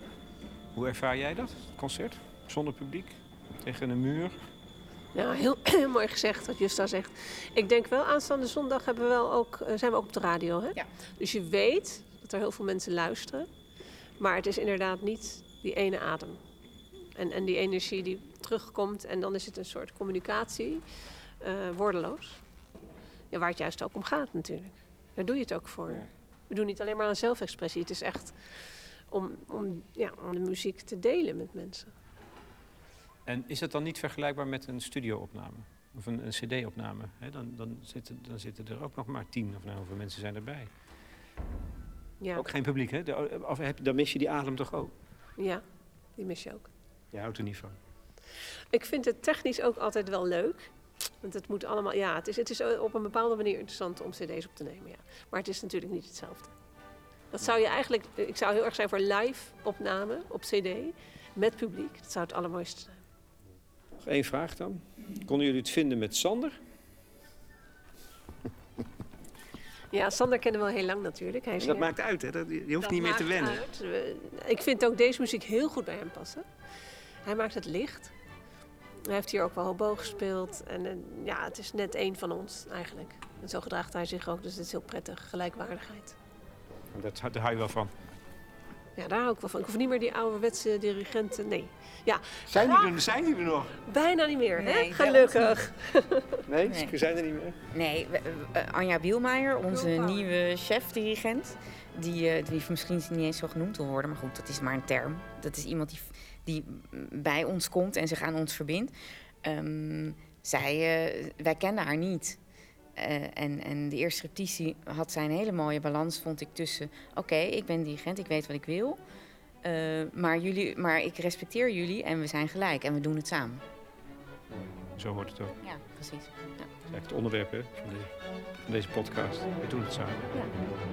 Hoe ervaar jij dat, het concert? Zonder publiek? Tegen een muur? Nou, heel, heel mooi gezegd wat Justa zegt. Ik denk wel, aanstaande zondag hebben we wel ook, uh, zijn we ook op de radio. Hè? Ja. Dus je weet dat er heel veel mensen luisteren. Maar het is inderdaad niet die ene adem. En, en die energie die terugkomt. En dan is het een soort communicatie. Uh, woordeloos. Ja, waar het juist ook om gaat natuurlijk. Daar doe je het ook voor. Ja. We doen niet alleen maar aan zelfexpressie. Het is echt om, om, ja, om de muziek te delen met mensen. En is het dan niet vergelijkbaar met een studio-opname? Of een, een cd-opname? Hè? Dan, dan, zitten, dan zitten er ook nog maar tien of nou, hoeveel mensen zijn erbij. Ja. Ook geen publiek, hè? De, of heb, dan mis je die adem toch ook? Ja, die mis je ook. Je houdt er niet van. Ik vind het technisch ook altijd wel leuk. Want het moet allemaal, ja, het is, het is op een bepaalde manier interessant om cd's op te nemen, ja. Maar het is natuurlijk niet hetzelfde. Dat zou je eigenlijk, ik zou heel erg zijn voor live opname op cd met publiek. Dat zou het allermooiste zijn. Nog één vraag dan. Konden jullie het vinden met Sander? Ja, Sander kennen we al heel lang natuurlijk. Hij is Dat heel- maakt uit, hè? Dat, je hoeft dat niet meer te maakt wennen. uit. We- Ik vind ook deze muziek heel goed bij hem passen. Hij maakt het licht. Hij heeft hier ook wel hobo gespeeld. En, en ja, het is net één van ons eigenlijk. En zo gedraagt hij zich ook, dus het is heel prettig. Gelijkwaardigheid. Dat, daar hou je wel van. Ja, daar hou ik wel van. Ik hoef niet meer die ouderwetse dirigenten. Nee. Ja, Zijn die er, zijn die er nog? bijna niet meer, Nee, hè? bij Gelukkig. Nee, Nee. ze zijn er niet meer. Nee, we- we- Anja Bielmeijer, onze Girl power. nieuwe chef-dirigent. die, uh, die misschien niet eens zo genoemd wil worden. Maar goed, dat is maar een term. Dat is iemand die, die bij ons komt en zich aan ons verbindt. Um, zij, uh, wij kenden haar niet. Uh, en, en de eerste repetitie had zij een hele mooie balans, vond ik, tussen... Oké, okay, ik ben dirigent, ik weet wat ik wil. Uh, maar, jullie, maar ik respecteer jullie en we zijn gelijk en we doen het samen. Zo hoort het ook. Ja, precies. Ja. Dat is eigenlijk het onderwerp, hè, van, de, van deze podcast. We doen het samen. Ja.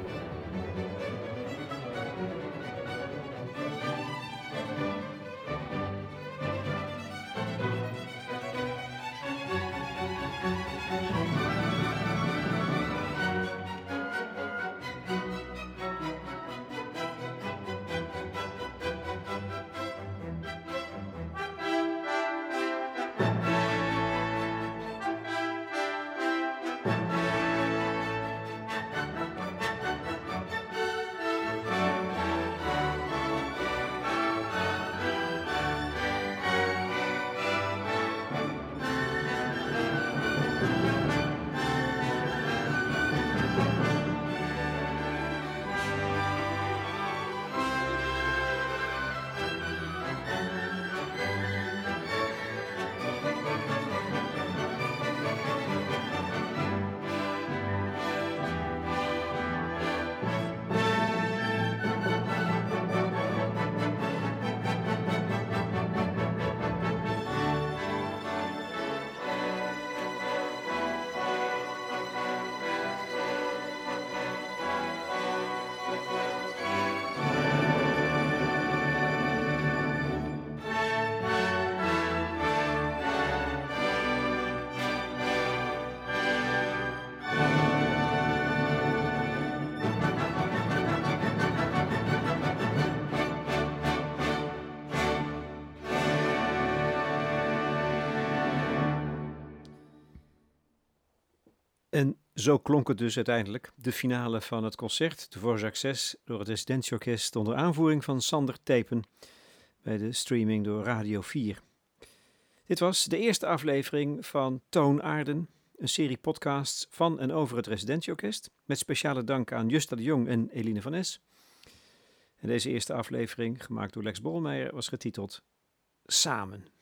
En zo klonk het dus uiteindelijk, de finale van het concert, Dvorak zes, door het residentieorkest onder aanvoering van Sander Tepen, bij de streaming door Radio vier. Dit was de eerste aflevering van Toonaarden, een serie podcasts van en over het residentieorkest, met speciale dank aan Justa de Jong en Eline van Es. En deze eerste aflevering, gemaakt door Lex Bolmeijer, was getiteld Samen.